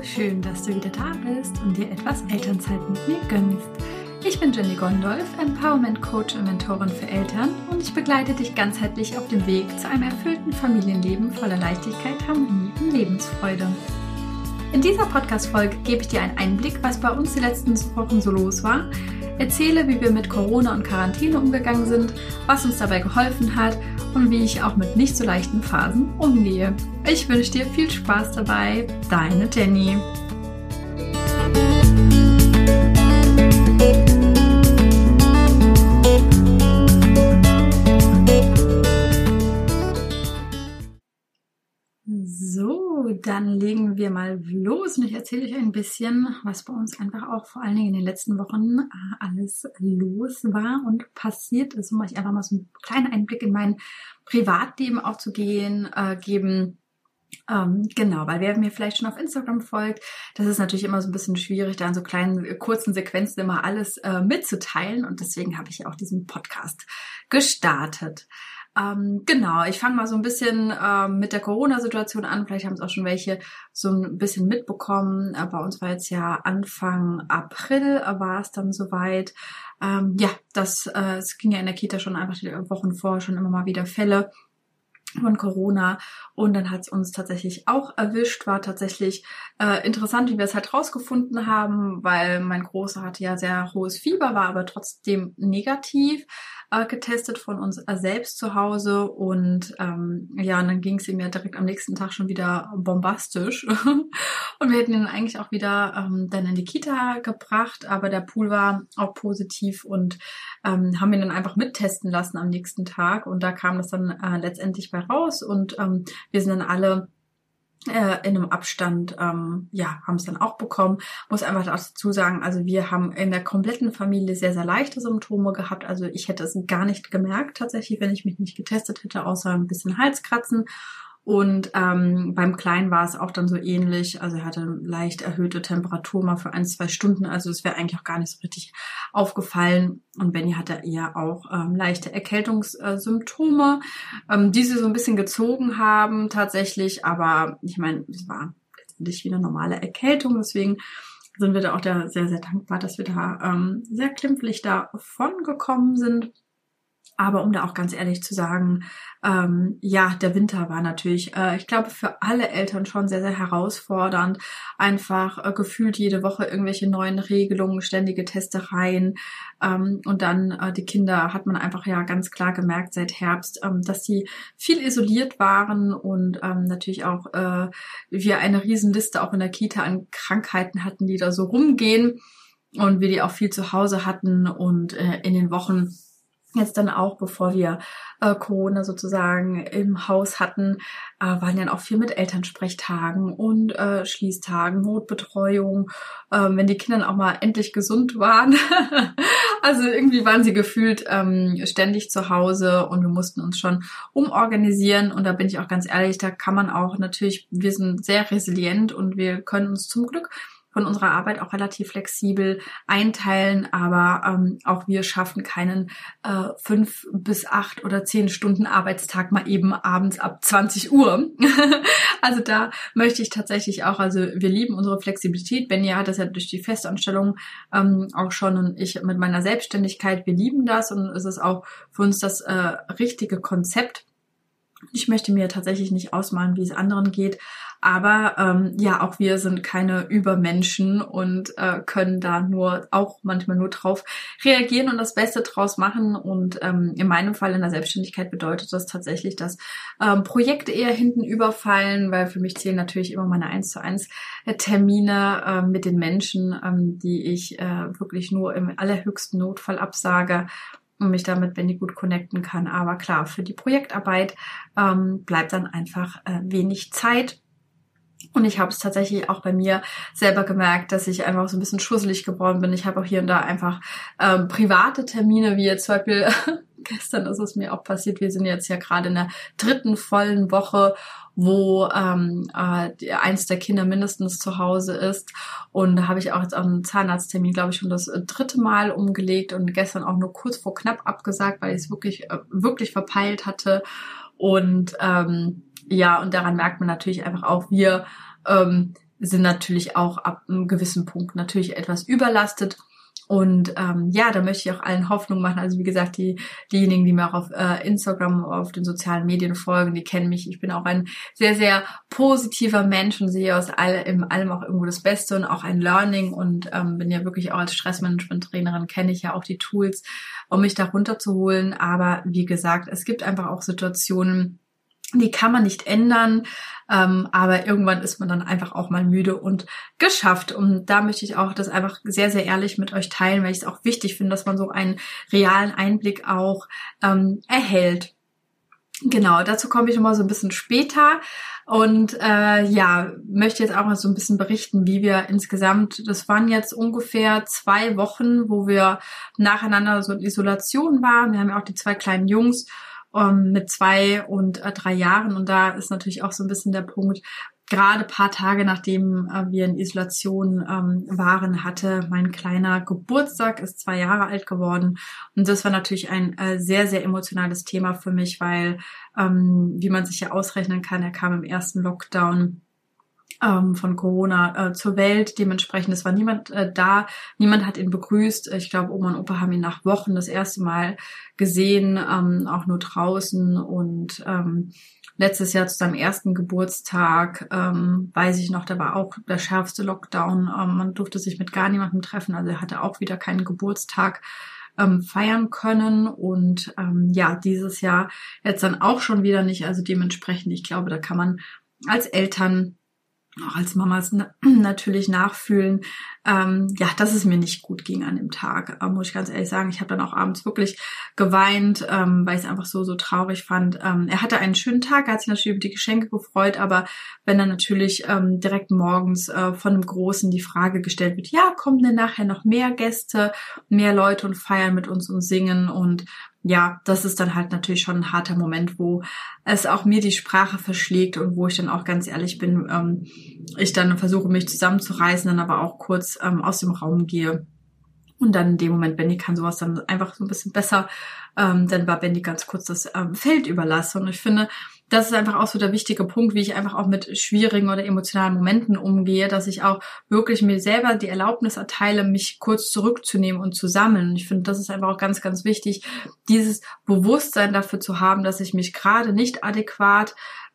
Schön, dass du wieder da bist und dir etwas Elternzeit mit mir gönnst. Ich bin Jenny Gondolf, Empowerment Coach und Mentorin für Eltern und ich begleite dich ganzheitlich auf dem Weg zu einem erfüllten Familienleben voller Leichtigkeit, Harmonie und Lebensfreude. In dieser Podcast-Folge gebe ich dir einen Einblick, was bei uns die letzten Wochen so los war, erzähle, wie wir mit Corona und Quarantäne umgegangen sind, was uns dabei geholfen hat und wie ich auch mit nicht so leichten Phasen umgehe. Ich wünsche dir viel Spaß dabei, deine Jenny. So, dann legen wir mal los und ich erzähle euch ein bisschen, was bei uns einfach auch vor allen Dingen in den letzten Wochen alles los war und passiert ist, um euch einfach mal so einen kleinen Einblick in mein Privatleben auch zu geben. Genau, weil wer mir vielleicht schon auf Instagram folgt, das ist natürlich immer so ein bisschen schwierig, da in so kleinen, kurzen Sequenzen immer alles mitzuteilen und deswegen habe ich auch diesen Podcast gestartet. Genau, ich fange mal so ein bisschen mit der Corona-Situation an. Vielleicht haben es auch schon welche so ein bisschen mitbekommen. Bei uns war jetzt ja Anfang April, war es dann soweit. Es ging ja in der Kita schon einfach die Wochen vorher schon immer mal wieder Fälle von Corona und dann hat es uns tatsächlich auch erwischt, war tatsächlich interessant, wie wir es halt rausgefunden haben, weil mein Großer hatte ja sehr hohes Fieber, war aber trotzdem negativ getestet von uns selbst zu Hause und und dann ging es ihm ja direkt am nächsten Tag schon wieder bombastisch und wir hätten ihn eigentlich auch wieder dann in die Kita gebracht, aber der Pool war auch positiv und haben ihn dann einfach mittesten lassen am nächsten Tag und da kam das dann letztendlich bei raus und wir sind dann alle in einem Abstand, haben es dann auch bekommen. Muss einfach dazu sagen, also wir haben in der kompletten Familie sehr, sehr leichte Symptome gehabt. Also ich hätte es gar nicht gemerkt tatsächlich, wenn ich mich nicht getestet hätte, außer ein bisschen Halskratzen. Und beim Kleinen war es auch dann so ähnlich. Also er hatte leicht erhöhte Temperatur mal für 1-2 Stunden. Also es wäre eigentlich auch gar nicht so richtig aufgefallen. Und Benny hatte eher auch leichte Erkältungssymptome, die sie so ein bisschen gezogen haben tatsächlich. Aber ich meine, es war letztendlich wie eine normale Erkältung. Deswegen sind wir da auch sehr, sehr dankbar, dass wir da sehr glimpflich davon gekommen sind. Aber um da auch ganz ehrlich zu sagen, der Winter war natürlich, ich glaube, für alle Eltern schon sehr, sehr herausfordernd. Einfach gefühlt jede Woche irgendwelche neuen Regelungen, ständige Testereien. Und dann die Kinder hat man einfach ja ganz klar gemerkt seit Herbst, dass sie viel isoliert waren und natürlich auch wir eine Riesenliste auch in der Kita an Krankheiten hatten, die da so rumgehen und wir die auch viel zu Hause hatten und in den Wochen jetzt dann auch, bevor wir Corona sozusagen im Haus hatten, waren dann auch viel mit Elternsprechtagen und Schließtagen, Notbetreuung, wenn die Kinder auch mal endlich gesund waren. Also irgendwie waren sie gefühlt ständig zu Hause und wir mussten uns schon umorganisieren und da bin ich auch ganz ehrlich, da kann man auch natürlich, wir sind sehr resilient und wir können uns zum Glück von unserer Arbeit auch relativ flexibel einteilen, aber auch wir schaffen keinen 5 bis 8 oder 10 Stunden Arbeitstag mal eben abends ab 20 Uhr. Also da möchte ich tatsächlich auch, also wir lieben unsere Flexibilität. Benja hat das ja durch die Festanstellung auch schon und ich mit meiner Selbstständigkeit, wir lieben das und es ist auch für uns das richtige Konzept. Ich möchte mir tatsächlich nicht ausmalen, wie es anderen geht, aber auch wir sind keine Übermenschen und können da manchmal nur drauf reagieren und das Beste draus machen und in meinem Fall in der Selbstständigkeit bedeutet das tatsächlich, dass Projekte eher hinten überfallen, weil für mich zählen natürlich immer meine 1:1 Termine mit den Menschen, die ich wirklich nur im allerhöchsten Notfall absage und mich damit Benny gut connecten kann. Aber klar, für die Projektarbeit bleibt dann einfach wenig Zeit. Und ich habe es tatsächlich auch bei mir selber gemerkt, dass ich einfach so ein bisschen schusselig geworden bin. Ich habe auch hier und da einfach private Termine, wie jetzt zum Beispiel gestern ist es mir auch passiert. Wir sind jetzt ja gerade in der 3. vollen Woche, wo eins der Kinder mindestens zu Hause ist. Und da habe ich auch jetzt auch einen Zahnarzttermin, glaube ich, schon das 3. Mal umgelegt und gestern auch nur kurz vor knapp abgesagt, weil ich es wirklich verpeilt hatte. Und und daran merkt man natürlich einfach auch, wir sind natürlich auch ab einem gewissen Punkt natürlich etwas überlastet. Und da möchte ich auch allen Hoffnung machen. Also wie gesagt, diejenigen, die mir auch auf Instagram, auf den sozialen Medien folgen, die kennen mich. Ich bin auch ein sehr, sehr positiver Mensch und sehe aus allem auch irgendwo das Beste und auch ein Learning und bin ja wirklich auch als Stressmanagement-Trainerin, kenne ich ja auch die Tools, um mich da runterzuholen. Aber wie gesagt, es gibt einfach auch Situationen, die kann man nicht ändern, aber irgendwann ist man dann einfach auch mal müde und geschafft. Und da möchte ich auch das einfach sehr, sehr ehrlich mit euch teilen, weil ich es auch wichtig finde, dass man so einen realen Einblick auch erhält. Genau, dazu komme ich nochmal so ein bisschen später und möchte jetzt auch mal so ein bisschen berichten, wie wir insgesamt, das waren jetzt ungefähr 2 Wochen, wo wir nacheinander so in Isolation waren. Wir haben ja auch die 2 kleinen Jungs, mit 2 und 3 Jahren. Und da ist natürlich auch so ein bisschen der Punkt, gerade paar Tage nachdem wir in Isolation waren, hatte mein Kleiner Geburtstag, ist 2 Jahre alt geworden. Und das war natürlich ein sehr, sehr emotionales Thema für mich, weil, wie man sich ja ausrechnen kann, er kam im ersten Lockdown von Corona zur Welt. Dementsprechend, es war niemand da. Niemand hat ihn begrüßt. Ich glaube, Oma und Opa haben ihn nach Wochen das erste Mal gesehen, auch nur draußen. Und letztes Jahr zu seinem ersten Geburtstag, weiß ich noch, da war auch der schärfste Lockdown. Man durfte sich mit gar niemandem treffen. Also er hatte auch wieder keinen Geburtstag feiern können. Und dieses Jahr jetzt dann auch schon wieder nicht. Also dementsprechend, ich glaube, da kann man als Eltern, auch als Mamas natürlich nachfühlen, dass es mir nicht gut ging an dem Tag. Muss ich ganz ehrlich sagen, ich habe dann auch abends wirklich geweint, weil ich es einfach so traurig fand. Er hatte einen schönen Tag, er hat sich natürlich über die Geschenke gefreut, aber wenn dann natürlich direkt morgens von einem Großen die Frage gestellt wird, ja, kommen denn nachher noch mehr Gäste, mehr Leute und feiern mit uns und singen, und ja, das ist dann halt natürlich schon ein harter Moment, wo es auch mir die Sprache verschlägt und wo ich dann auch ganz ehrlich bin, ich dann versuche, mich zusammenzureißen, dann aber auch kurz aus dem Raum gehe. Und dann in dem Moment, Benny kann sowas dann einfach so ein bisschen besser, dann war Benny ganz kurz das Feld überlassen. Und ich finde, das ist einfach auch so der wichtige Punkt, wie ich einfach auch mit schwierigen oder emotionalen Momenten umgehe, dass ich auch wirklich mir selber die Erlaubnis erteile, mich kurz zurückzunehmen und zu sammeln. Und ich finde, das ist einfach auch ganz, ganz wichtig, dieses Bewusstsein dafür zu haben, dass ich mich gerade nicht adäquat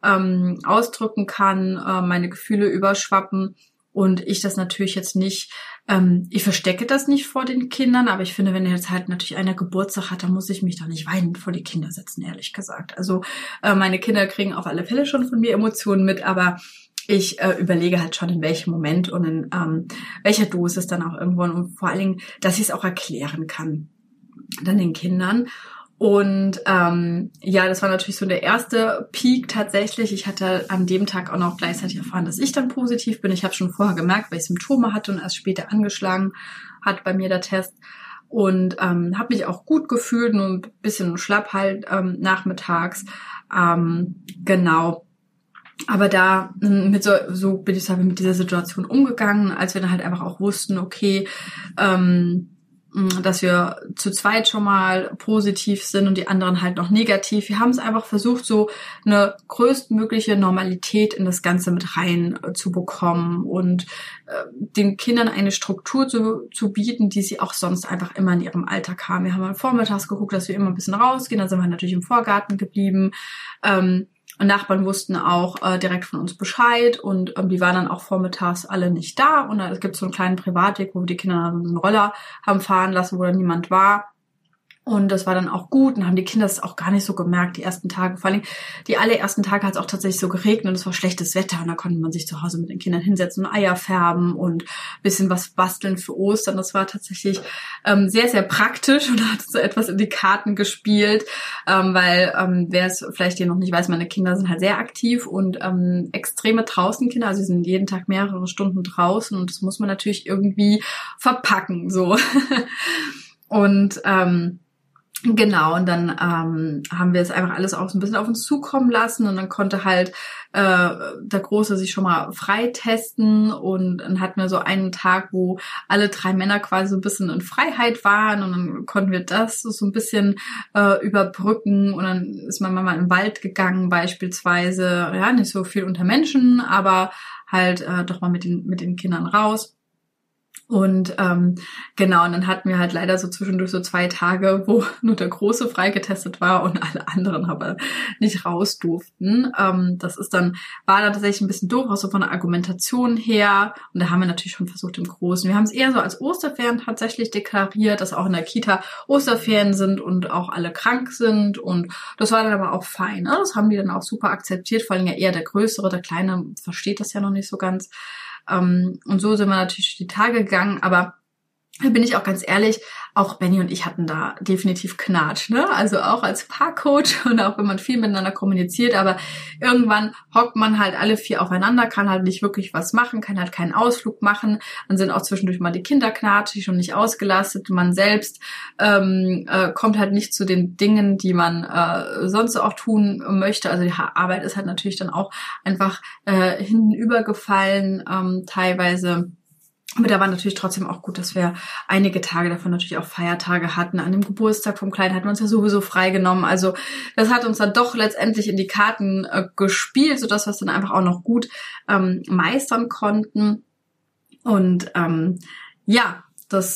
ausdrücken kann, meine Gefühle überschwappen. Und ich das natürlich jetzt nicht, ich verstecke das nicht vor den Kindern, aber ich finde, wenn jetzt halt natürlich einer Geburtstag hat, dann muss ich mich doch nicht weinend vor die Kinder setzen, ehrlich gesagt. Also meine Kinder kriegen auf alle Fälle schon von mir Emotionen mit, aber ich überlege halt schon, in welchem Moment und in welcher Dosis dann auch irgendwann, und vor allen Dingen, dass ich es auch erklären kann dann den Kindern. Und das war natürlich so der erste Peak tatsächlich. Ich hatte an dem Tag auch noch gleichzeitig erfahren, dass ich dann positiv bin. Ich habe schon vorher gemerkt, weil ich Symptome hatte und erst später angeschlagen hat bei mir der Test. Und habe mich auch gut gefühlt, nur ein bisschen schlapp halt nachmittags. Genau. Aber da so bin ich halt mit dieser Situation umgegangen, als wir dann halt einfach auch wussten, okay, dass wir zu zweit schon mal positiv sind und die anderen halt noch negativ. Wir haben es einfach versucht, so eine größtmögliche Normalität in das Ganze mit rein zu bekommen und den Kindern eine Struktur zu bieten, die sie auch sonst einfach immer in ihrem Alltag haben. Wir haben vormittags geguckt, dass wir immer ein bisschen rausgehen, dann sind wir natürlich im Vorgarten geblieben. Und Nachbarn wussten auch direkt von uns Bescheid, und die waren dann auch vormittags alle nicht da. Und es gibt so einen kleinen Privatweg, wo die Kinder dann so einen Roller haben fahren lassen, wo dann niemand war. Und das war dann auch gut, und haben die Kinder das auch gar nicht so gemerkt, die ersten Tage. Vor allem die allerersten Tage hat es auch tatsächlich so geregnet und es war schlechtes Wetter, und da konnte man sich zu Hause mit den Kindern hinsetzen und Eier färben und bisschen was basteln für Ostern. Das war tatsächlich sehr, sehr praktisch, und da hat so etwas in die Karten gespielt, weil wer es vielleicht hier noch nicht weiß, meine Kinder sind halt sehr aktiv und extreme Draußenkinder, also sie sind jeden Tag mehrere Stunden draußen, und das muss man natürlich irgendwie verpacken, so. Und Genau, und dann haben wir es einfach alles auch so ein bisschen auf uns zukommen lassen und dann konnte halt der Große sich schon mal freitesten und dann hatten wir so einen Tag, wo alle 3 Männer quasi so ein bisschen in Freiheit waren und dann konnten wir das so ein bisschen überbrücken und dann ist meine Mama in den Wald gegangen beispielsweise, ja, nicht so viel unter Menschen, aber halt doch mal mit den Kindern raus. Und genau, und dann hatten wir halt leider so zwischendurch so 2 Tage, wo nur der Große freigetestet war und alle anderen aber nicht raus durften. War dann tatsächlich ein bisschen doof, auch so von der Argumentation her. Und da haben wir natürlich schon versucht im Großen. Wir haben es eher so als Osterferien tatsächlich deklariert, dass auch in der Kita Osterferien sind und auch alle krank sind. Und das war dann aber auch fein. Ne? Das haben die dann auch super akzeptiert, vor allem ja eher der Größere, der Kleine versteht das ja noch nicht so ganz. Und so sind wir natürlich die Tage gegangen, aber da bin ich auch ganz ehrlich, auch Benny und ich hatten da definitiv Knatsch, ne? Also auch als Paarcoach und auch wenn man viel miteinander kommuniziert, aber irgendwann hockt man halt alle 4 aufeinander, kann halt nicht wirklich was machen, kann halt keinen Ausflug machen. Dann sind auch zwischendurch mal die Kinder knatschig und nicht ausgelastet. Man selbst kommt halt nicht zu den Dingen, die man sonst auch tun möchte. Also die Arbeit ist halt natürlich dann auch einfach hinten übergefallen, teilweise. Aber da war natürlich trotzdem auch gut, dass wir einige Tage davon natürlich auch Feiertage hatten. An dem Geburtstag vom Kleinen hatten wir uns ja sowieso freigenommen. Also das hat uns dann doch letztendlich in die Karten gespielt, sodass wir es dann einfach auch noch gut meistern konnten. Und ja,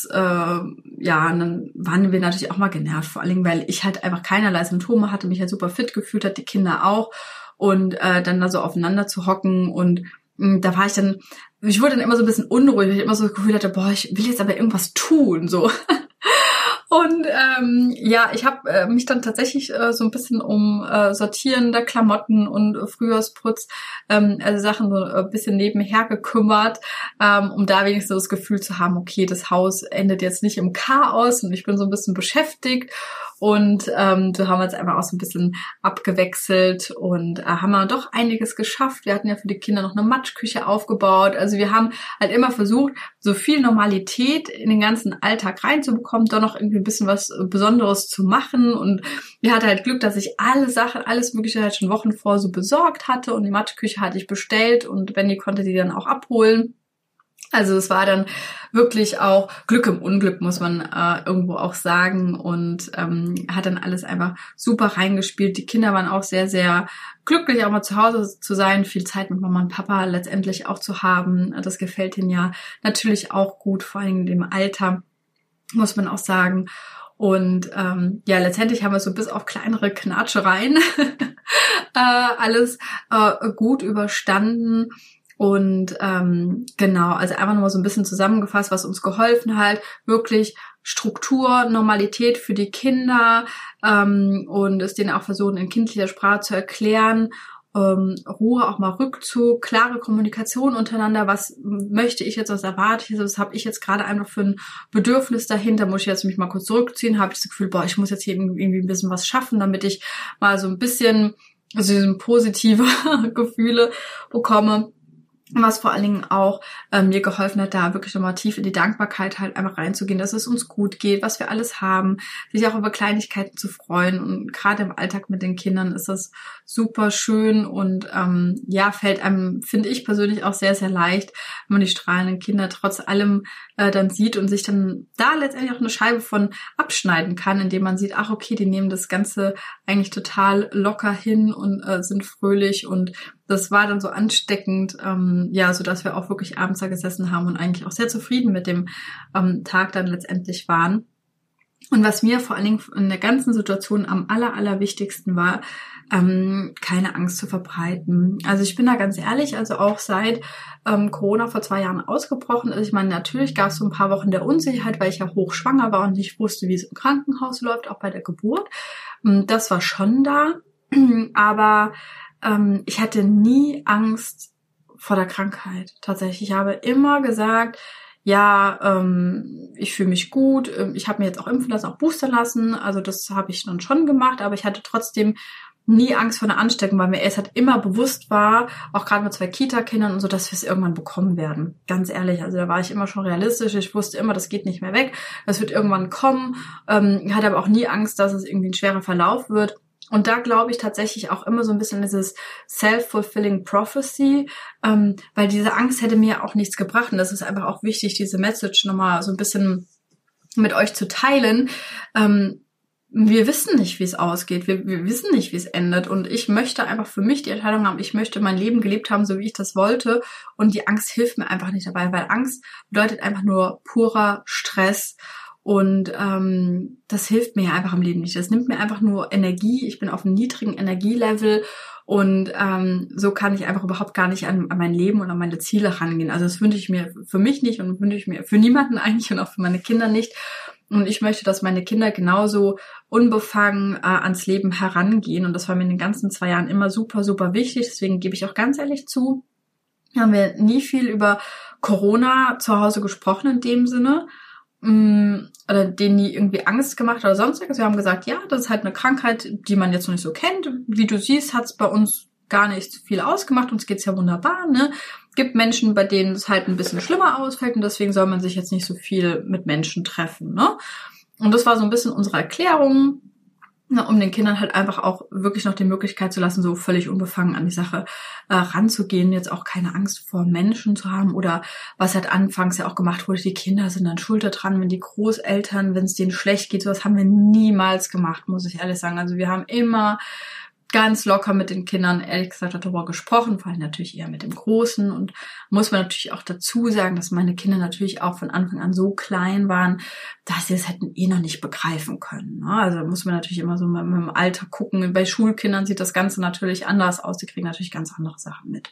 dann waren wir natürlich auch mal genervt, vor allen Dingen, weil ich halt einfach keinerlei Symptome hatte, mich halt super fit gefühlt hat, die Kinder auch. Und dann da so aufeinander zu hocken und da war ich wurde dann immer so ein bisschen unruhig, weil ich immer so das Gefühl hatte, boah, ich will jetzt aber irgendwas tun, so. Und ich habe mich dann tatsächlich so ein bisschen um Sortieren der Klamotten und Frühjahrsputz, also Sachen so ein bisschen nebenher gekümmert, um da wenigstens das Gefühl zu haben, okay, das Haus endet jetzt nicht im Chaos und ich bin so ein bisschen beschäftigt. Und so haben wir jetzt einfach auch so ein bisschen abgewechselt und haben wir doch einiges geschafft. Wir hatten ja für die Kinder noch eine Matschküche aufgebaut. Also wir haben halt immer versucht, so viel Normalität in den ganzen Alltag reinzubekommen, doch noch irgendwie ein bisschen was Besonderes zu machen. Und wir hatten halt Glück, dass ich alles Mögliche halt schon Wochen vor so besorgt hatte und die Matschküche hatte ich bestellt und Benny konnte die dann auch abholen. Also es war dann wirklich auch Glück im Unglück, muss man irgendwo auch sagen und hat dann alles einfach super reingespielt. Die Kinder waren auch sehr, sehr glücklich, auch mal zu Hause zu sein, viel Zeit mit Mama und Papa letztendlich auch zu haben. Das gefällt ihnen ja natürlich auch gut, vor allem in dem Alter, muss man auch sagen. Und letztendlich haben wir so bis auf kleinere Knatschereien alles gut überstanden. Und genau, also einfach nochmal so ein bisschen zusammengefasst, was uns geholfen hat, wirklich Struktur, Normalität für die Kinder und es denen auch versuchen, in kindlicher Sprache zu erklären, Ruhe, auch mal Rückzug, klare Kommunikation untereinander, was möchte ich jetzt, was erwarte ich, was habe ich jetzt gerade einfach für ein Bedürfnis dahinter, muss ich jetzt mich mal kurz zurückziehen, habe ich das Gefühl, ich muss jetzt hier irgendwie ein bisschen was schaffen, damit ich mal so ein bisschen diese positive Gefühle bekomme. Was vor allen Dingen auch mir geholfen hat, da wirklich nochmal tief in die Dankbarkeit halt einfach reinzugehen, dass es uns gut geht, was wir alles haben, sich auch über Kleinigkeiten zu freuen. Und gerade im Alltag mit den Kindern ist das super schön und fällt einem, finde ich persönlich, auch sehr, sehr leicht, wenn man die strahlenden Kinder trotz allem dann sieht und sich dann da letztendlich auch eine Scheibe von abschneiden kann, indem man sieht, ach okay, die nehmen das Ganze eigentlich total locker hin und sind fröhlich und das war dann so ansteckend, so dass wir auch wirklich abends da gesessen haben und eigentlich auch sehr zufrieden mit dem Tag dann letztendlich waren. Und was mir vor allen Dingen in der ganzen Situation am allerwichtigsten war, keine Angst zu verbreiten. Also ich bin da ganz ehrlich, also auch seit Corona vor 2 Jahren ausgebrochen ist. Ich meine, natürlich gab es so ein paar Wochen der Unsicherheit, weil ich ja hochschwanger war und nicht wusste, wie es im Krankenhaus läuft, auch bei der Geburt. Das war schon da, aber ich hatte nie Angst vor der Krankheit. Tatsächlich, ich habe immer gesagt, ich fühle mich gut. Ich habe mir jetzt auch impfen lassen, auch boostern lassen. Also das habe ich dann schon gemacht, aber ich hatte trotzdem nie Angst vor einer Ansteckung, weil mir erst halt immer bewusst war, auch gerade mit 2 Kita-Kindern und so, dass wir es irgendwann bekommen werden. Ganz ehrlich, also da war ich immer schon realistisch. Ich wusste immer, das geht nicht mehr weg. Das wird irgendwann kommen. Hatte aber auch nie Angst, dass es irgendwie ein schwerer Verlauf wird. Und da glaube ich tatsächlich auch immer so ein bisschen dieses self-fulfilling prophecy, weil diese Angst hätte mir auch nichts gebracht. Und das ist einfach auch wichtig, diese Message nochmal so ein bisschen mit euch zu teilen. Wir wissen nicht, wie es ausgeht. Wir wissen nicht, wie es endet. Und ich möchte einfach für mich die Entscheidung haben, ich möchte mein Leben gelebt haben, so wie ich das wollte. Und die Angst hilft mir einfach nicht dabei, weil Angst bedeutet einfach nur purer Stress. Und das hilft mir ja einfach im Leben nicht. Das nimmt mir einfach nur Energie. Ich bin auf einem niedrigen Energielevel und so kann ich einfach überhaupt gar nicht an mein Leben und an meine Ziele rangehen. Also das wünsche ich mir für mich nicht und wünsche ich mir für niemanden eigentlich und auch für meine Kinder nicht. Und ich möchte, dass meine Kinder genauso unbefangen ans Leben herangehen. Und das war mir in den ganzen 2 Jahren immer super, super wichtig. Deswegen gebe ich auch ganz ehrlich zu, haben wir nie viel über Corona zu Hause gesprochen in dem Sinne. Oder denen nie irgendwie Angst gemacht oder sonstiges. Wir haben gesagt, ja, das ist halt eine Krankheit, die man jetzt noch nicht so kennt. Wie du siehst, hat es bei uns gar nicht so viel ausgemacht. Uns geht's ja wunderbar, ne? Gibt Menschen, bei denen es halt ein bisschen schlimmer ausfällt und deswegen soll man sich jetzt nicht so viel mit Menschen treffen, ne? Und das war so ein bisschen unsere Erklärung, um den Kindern halt einfach auch wirklich noch die Möglichkeit zu lassen, so völlig unbefangen an die Sache ranzugehen, jetzt auch keine Angst vor Menschen zu haben oder was halt anfangs ja auch gemacht wurde, die Kinder sind dann schuld daran, wenn die Großeltern, wenn es denen schlecht geht, sowas haben wir niemals gemacht, muss ich ehrlich sagen. Also wir haben immer ganz locker mit den Kindern, ehrlich gesagt, darüber gesprochen, vor allem natürlich eher mit dem Großen und muss man natürlich auch dazu sagen, dass meine Kinder natürlich auch von Anfang an so klein waren, dass sie es hätten noch nicht begreifen können. Ne? Also muss man natürlich immer so mit dem Alter gucken. Bei Schulkindern sieht das Ganze natürlich anders aus, die kriegen natürlich ganz andere Sachen mit.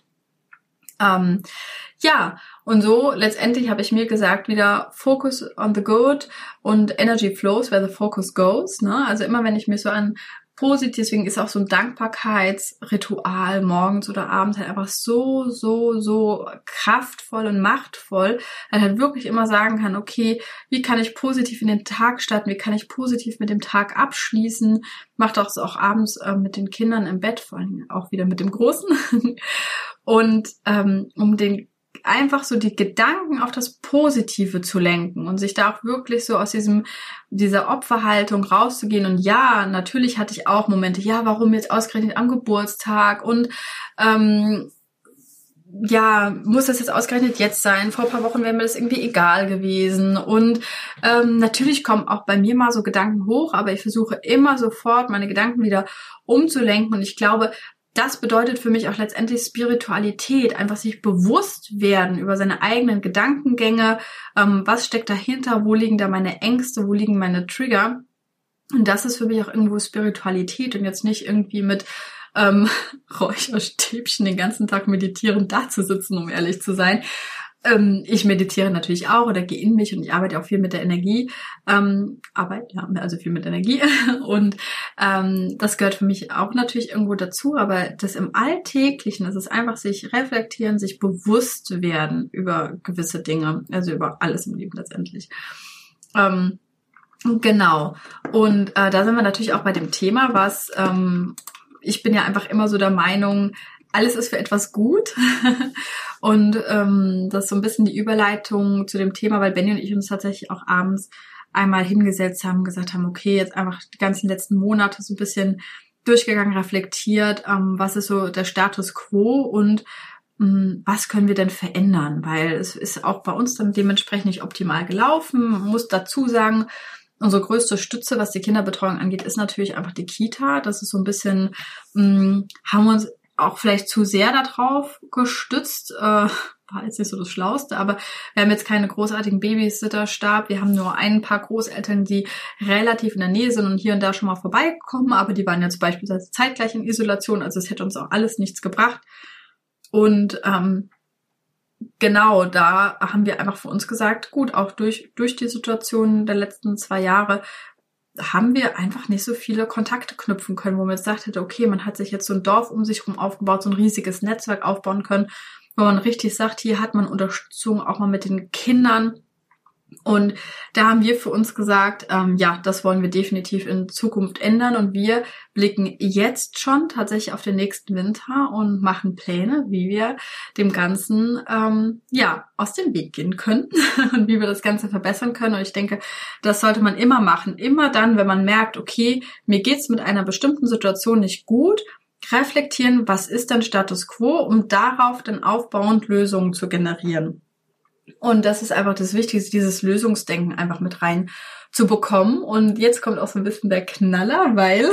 Ja, und so letztendlich habe ich mir gesagt, wieder Focus on the good und Energy flows where the focus goes. Ne? Also immer, wenn ich mir so an positiv, deswegen ist auch so ein Dankbarkeitsritual morgens oder abends halt einfach so kraftvoll und machtvoll, weil halt wirklich immer sagen kann, okay, wie kann ich positiv in den Tag starten, wie kann ich positiv mit dem Tag abschließen, macht auch so auch abends mit den Kindern im Bett, vor allem auch wieder mit dem Großen und um den einfach so die Gedanken auf das Positive zu lenken und sich da auch wirklich so aus dieser Opferhaltung rauszugehen. Und ja, natürlich hatte ich auch Momente, ja, warum jetzt ausgerechnet am Geburtstag und ja, muss das jetzt ausgerechnet jetzt sein? Vor ein paar Wochen wäre mir das irgendwie egal gewesen. Und natürlich kommen auch bei mir mal so Gedanken hoch, aber ich versuche immer sofort meine Gedanken wieder umzulenken. Und ich glaube, das bedeutet für mich auch letztendlich Spiritualität, einfach sich bewusst werden über seine eigenen Gedankengänge, was steckt dahinter, wo liegen da meine Ängste, wo liegen meine Trigger. Und das ist für mich auch irgendwo Spiritualität und jetzt nicht irgendwie mit Räucherstäbchen den ganzen Tag meditierend da zu sitzen, um ehrlich zu sein. Ich meditiere natürlich auch oder gehe in mich und ich arbeite auch viel mit der Energie. Also viel mit Energie. Und das gehört für mich auch natürlich irgendwo dazu, aber das im Alltäglichen, das ist einfach sich reflektieren, sich bewusst werden über gewisse Dinge, also über alles im Leben letztendlich. Genau. Und da sind wir natürlich auch bei dem Thema, was ich bin ja einfach immer so der Meinung, alles ist für etwas gut. Und das ist so ein bisschen die Überleitung zu dem Thema, weil Benny und ich uns tatsächlich auch abends einmal hingesetzt haben, gesagt haben, okay, jetzt einfach die ganzen letzten Monate so ein bisschen durchgegangen, reflektiert, was ist so der Status quo und was können wir denn verändern? Weil es ist auch bei uns dann dementsprechend nicht optimal gelaufen. Man muss dazu sagen, unsere größte Stütze, was die Kinderbetreuung angeht, ist natürlich einfach die Kita. Das ist so ein bisschen, haben wir uns auch vielleicht zu sehr darauf gestützt, war jetzt nicht so das Schlauste, aber wir haben jetzt keine großartigen Babysitterstab. Wir haben nur ein paar Großeltern, die relativ in der Nähe sind und hier und da schon mal vorbeigekommen, aber die waren jetzt beispielsweise zeitgleich in Isolation, also es hätte uns auch alles nichts gebracht. Und genau, da haben wir einfach für uns gesagt, gut, auch durch die Situation der letzten 2 Jahre haben wir einfach nicht so viele Kontakte knüpfen können, wo man jetzt gesagt hätte, okay, man hat sich jetzt so ein Dorf um sich herum aufgebaut, so ein riesiges Netzwerk aufbauen können, wo man richtig sagt, hier hat man Unterstützung auch mal mit den Kindern Und da haben wir für uns gesagt, ja, das wollen wir definitiv in Zukunft ändern. Und wir blicken jetzt schon tatsächlich auf den nächsten Winter und machen Pläne, wie wir dem Ganzen aus dem Weg gehen können und wie wir das Ganze verbessern können. Und ich denke, das sollte man immer machen. Immer dann, wenn man merkt, okay, mir geht's mit einer bestimmten Situation nicht gut, reflektieren, was ist denn Status quo, um darauf dann aufbauend Lösungen zu generieren. Und das ist einfach das Wichtigste, dieses Lösungsdenken einfach mit rein zu bekommen. Und jetzt kommt auch so ein bisschen der Knaller, weil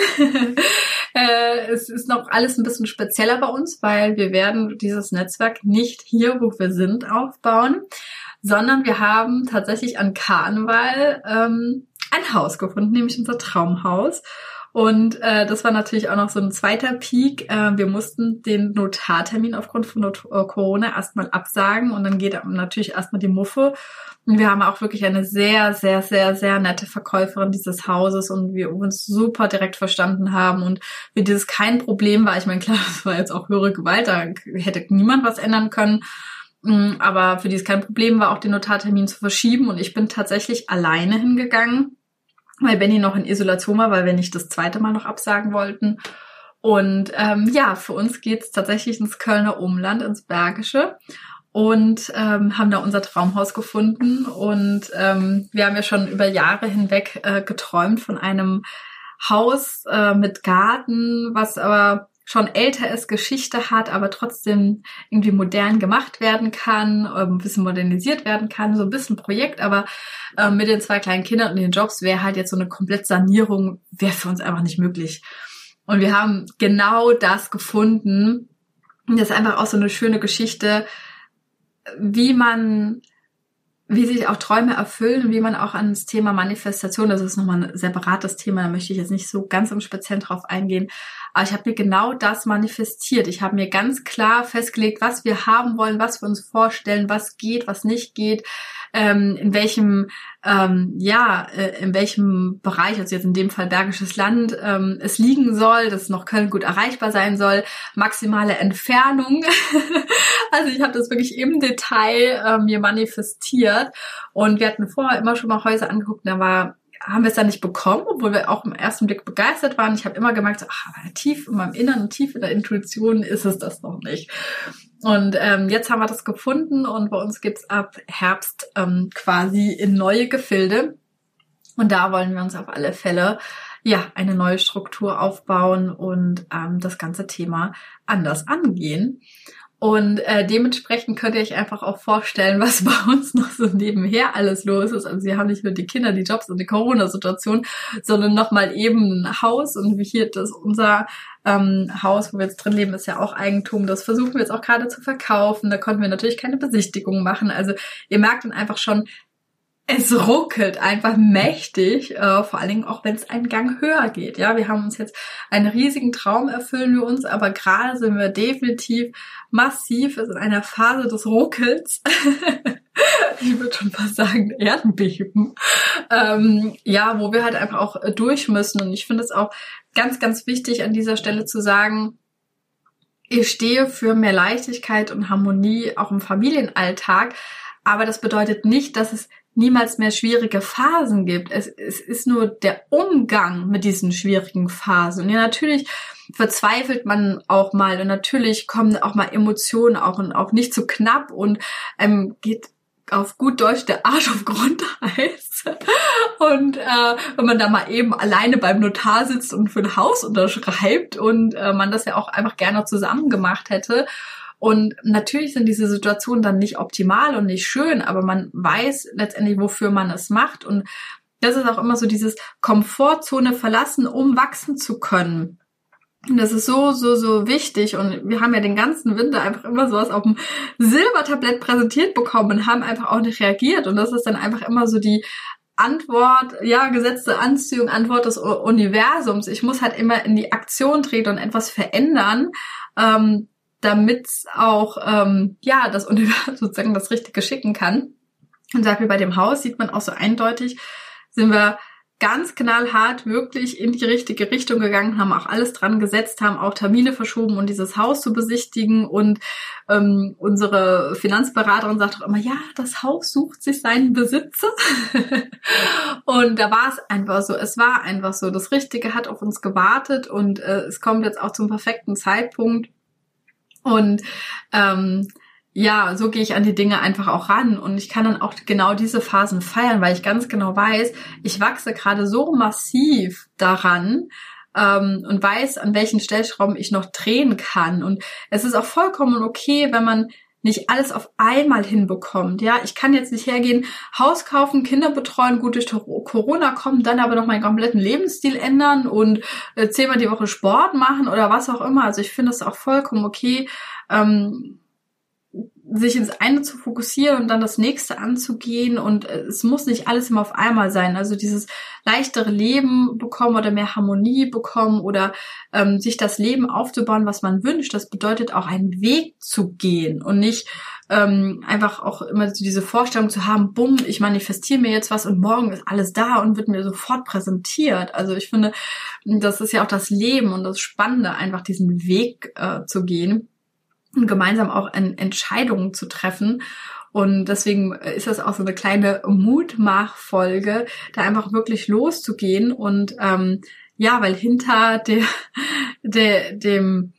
es ist noch alles ein bisschen spezieller bei uns, weil wir werden dieses Netzwerk nicht hier, wo wir sind, aufbauen, sondern wir haben tatsächlich an Karneval ein Haus gefunden, nämlich unser Traumhaus. Und das war natürlich auch noch so ein zweiter Peak. Wir mussten den Notartermin aufgrund von Corona erstmal absagen und dann geht natürlich erstmal die Muffe. Und wir haben auch wirklich eine sehr, sehr, sehr, sehr nette Verkäuferin dieses Hauses und wir uns super direkt verstanden haben und für dieses kein Problem war. Ich meine, klar, das war jetzt auch höhere Gewalt, da hätte niemand was ändern können. Aber für dieses kein Problem war auch den Notartermin zu verschieben und ich bin tatsächlich alleine hingegangen, weil Benny noch in Isolation war, weil wir nicht das zweite Mal noch absagen wollten. Und für uns geht's tatsächlich ins Kölner Umland, ins Bergische und haben da unser Traumhaus gefunden. Und wir haben ja schon über Jahre hinweg geträumt von einem Haus mit Garten, was aber schon älter ist, Geschichte hat, aber trotzdem irgendwie modern gemacht werden kann, ein bisschen modernisiert werden kann, so ein bisschen Projekt, aber mit den 2 kleinen Kindern und den Jobs wäre halt jetzt so eine komplette Sanierung, wäre für uns einfach nicht möglich. Und wir haben genau das gefunden. Und das ist einfach auch so eine schöne Geschichte, wie sich auch Träume erfüllen und wie man auch ans Thema Manifestation, das ist nochmal ein separates Thema, da möchte ich jetzt nicht so ganz im Speziellen drauf eingehen, aber ich habe mir genau das manifestiert. Ich habe mir ganz klar festgelegt, was wir haben wollen, was wir uns vorstellen, was geht, was nicht geht, in welchem Bereich, also jetzt in dem Fall Bergisches Land, es liegen soll, dass noch Köln gut erreichbar sein soll, maximale Entfernung. Also ich habe das wirklich im Detail mir manifestiert und wir hatten vorher immer schon mal Häuser angeguckt, haben wir es dann nicht bekommen, obwohl wir auch im ersten Blick begeistert waren. Ich habe immer gemerkt, aber tief in meinem Inneren und tief in der Intuition ist es das noch nicht. Und jetzt haben wir das gefunden und bei uns geht's ab Herbst quasi in neue Gefilde. Und da wollen wir uns auf alle Fälle eine neue Struktur aufbauen und das ganze Thema anders angehen. Und dementsprechend könnt ihr euch einfach auch vorstellen, was bei uns noch so nebenher alles los ist. Also wir haben nicht nur die Kinder, die Jobs und die Corona-Situation, sondern nochmal eben ein Haus. Und wie hier unser Haus, wo wir jetzt drin leben, ist ja auch Eigentum. Das versuchen wir jetzt auch gerade zu verkaufen. Da konnten wir natürlich keine Besichtigung machen. Also ihr merkt dann einfach schon, es ruckelt einfach mächtig, vor allen Dingen auch, wenn es einen Gang höher geht. Ja, wir haben uns jetzt einen riesigen Traum erfüllen wir uns, aber gerade sind wir definitiv massiv in einer Phase des Ruckels. Ich würde schon fast sagen, Erdenbeben. Wo wir halt einfach auch durch müssen. Und ich finde es auch ganz, ganz wichtig, an dieser Stelle zu sagen, ich stehe für mehr Leichtigkeit und Harmonie auch im Familienalltag. Aber das bedeutet nicht, dass es niemals mehr schwierige Phasen gibt. Es ist nur der Umgang mit diesen schwierigen Phasen. Und ja, natürlich verzweifelt man auch mal und natürlich kommen auch mal Emotionen und auch nicht zu knapp und geht auf gut Deutsch der Arsch auf Grundeis. Und wenn man da mal eben alleine beim Notar sitzt und für ein Haus unterschreibt und man das ja auch einfach gerne zusammen gemacht hätte. Und natürlich sind diese Situationen dann nicht optimal und nicht schön, aber man weiß letztendlich, wofür man es macht. Und das ist auch immer so dieses Komfortzone verlassen, um wachsen zu können. Und das ist so, so, so wichtig. Und wir haben ja den ganzen Winter einfach immer sowas auf dem Silbertablett präsentiert bekommen und haben einfach auch nicht reagiert. Und das ist dann einfach immer so die Antwort, gesetzte Anziehung, Antwort des Universums. Ich muss halt immer in die Aktion treten und etwas verändern, damit auch das Universum sozusagen das Richtige schicken kann. Und sagt, wie bei dem Haus sieht man auch so eindeutig, sind wir ganz knallhart wirklich in die richtige Richtung gegangen, haben auch alles dran gesetzt, haben auch Termine verschoben, um dieses Haus zu besichtigen. Und unsere Finanzberaterin sagt auch immer, ja, das Haus sucht sich seinen Besitzer. Und da war es einfach so. Es war einfach so. Das Richtige hat auf uns gewartet und es kommt jetzt auch zum perfekten Zeitpunkt. Und ja, so gehe ich an die Dinge einfach auch ran und ich kann dann auch genau diese Phasen feiern, weil ich ganz genau weiß, ich wachse gerade so massiv daran und weiß, an welchen Stellschrauben ich noch drehen kann. Und es ist auch vollkommen okay, wenn man nicht alles auf einmal hinbekommt. Ja, ich kann jetzt nicht hergehen, Haus kaufen, Kinder betreuen, gut durch Corona kommen, dann aber noch meinen kompletten Lebensstil ändern und 10-mal die Woche Sport machen oder was auch immer. Also ich finde es auch vollkommen okay, sich ins eine zu fokussieren und dann das nächste anzugehen und es muss nicht alles immer auf einmal sein. Also dieses leichtere Leben bekommen oder mehr Harmonie bekommen oder sich das Leben aufzubauen, was man wünscht, das bedeutet auch einen Weg zu gehen und nicht einfach auch immer so diese Vorstellung zu haben, bumm, ich manifestiere mir jetzt was und morgen ist alles da und wird mir sofort präsentiert. Also ich finde, das ist ja auch das Leben und das Spannende, einfach diesen Weg zu gehen und gemeinsam auch Entscheidungen zu treffen. Und deswegen ist das auch so eine kleine Mutmach-Folge, da einfach wirklich loszugehen. Und ja, weil hinter dem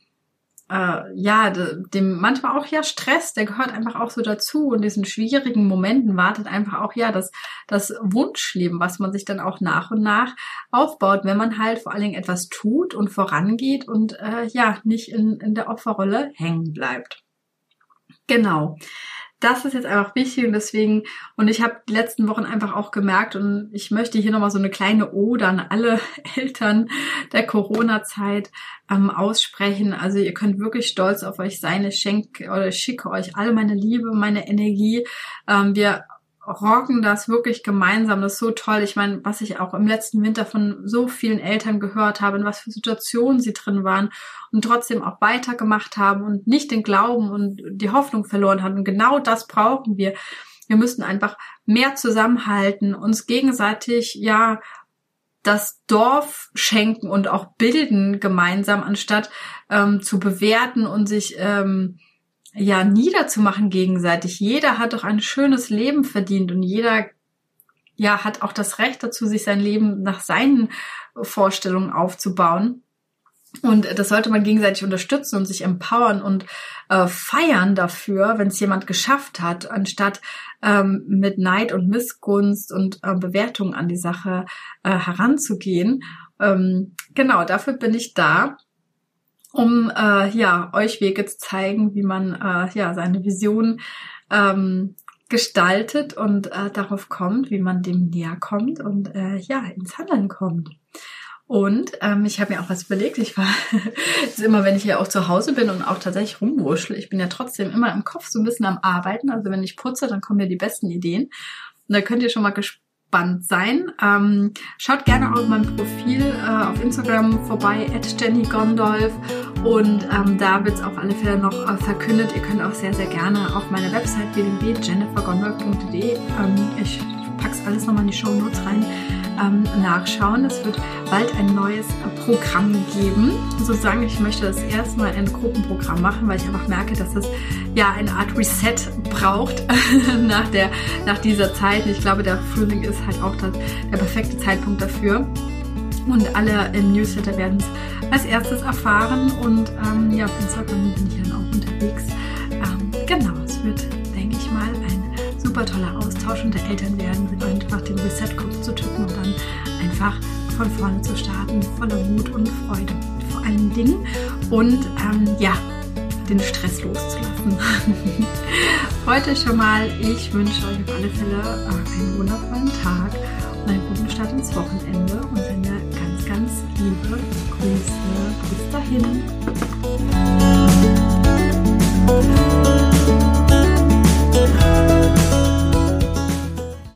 manchmal auch ja Stress, der gehört einfach auch so dazu. Und diesen schwierigen Momenten wartet einfach auch ja das Wunschleben, was man sich dann auch nach und nach aufbaut, wenn man halt vor allen Dingen etwas tut und vorangeht und ja nicht in der Opferrolle hängen bleibt. Genau. Das ist jetzt einfach wichtig und deswegen, und ich habe die letzten Wochen einfach auch gemerkt und ich möchte hier nochmal so eine kleine Ode an alle Eltern der Corona-Zeit aussprechen. Also ihr könnt wirklich stolz auf euch sein. Ich schicke euch alle meine Liebe, meine Energie. Wir rocken das wirklich gemeinsam. Das ist so toll. Ich meine, was ich auch im letzten Winter von so vielen Eltern gehört habe, in was für Situationen sie drin waren und trotzdem auch weitergemacht haben und nicht den Glauben und die Hoffnung verloren haben. Und genau das brauchen wir. Wir müssen einfach mehr zusammenhalten, uns gegenseitig, ja, das Dorf schenken und auch bilden gemeinsam, anstatt zu bewerten und sich ja niederzumachen gegenseitig. Jeder hat doch ein schönes Leben verdient und jeder ja hat auch das Recht dazu, sich sein Leben nach seinen Vorstellungen aufzubauen. Und das sollte man gegenseitig unterstützen und sich empowern und feiern dafür, wenn es jemand geschafft hat, anstatt mit Neid und Missgunst und Bewertung an die Sache heranzugehen. Genau, dafür bin ich da, um ja euch Wege zu zeigen, wie man ja seine Vision gestaltet und darauf kommt, wie man dem näher kommt und ja ins Handeln kommt. Und ich habe mir auch was überlegt. Ich war das ist immer, wenn ich hier auch zu Hause bin und auch tatsächlich rumwurschle, ich bin ja trotzdem immer im Kopf so ein bisschen am Arbeiten. Also wenn ich putze, dann kommen mir die besten Ideen. Und da könnt ihr schon mal gespannt sein. Schaut gerne auf meinem Profil auf Instagram vorbei, @JennyGondolf. Und da wird es auf alle Fälle noch verkündet. Ihr könnt auch sehr, sehr gerne auf meine Website www.jennifergondolf.de ich pack's alles nochmal in die Shownotes rein, nachschauen. Es wird bald ein neues Programm geben. Sozusagen, ich möchte das erstmal ein Gruppenprogramm machen, weil ich einfach merke, dass es ja eine Art Reset braucht nach dieser Zeit. Und ich glaube, der Frühling ist halt auch der perfekte Zeitpunkt dafür. Und alle im Newsletter werden es als erstes erfahren. Und ja, auf Instagram bin ich dann auch unterwegs. Genau, es wird, denke ich mal, ein super toller Austausch unter Eltern werden, mit einfach den Reset-Knopf zu drücken und dann einfach von vorne zu starten, voller Mut und Freude vor allen Dingen und ja, den Stress loszulassen. Heute schon mal, ich wünsche euch auf alle Fälle einen wundervollen Tag und einen guten Start ins Wochenende und sende ganz, ganz liebe Grüße. Bis dahin.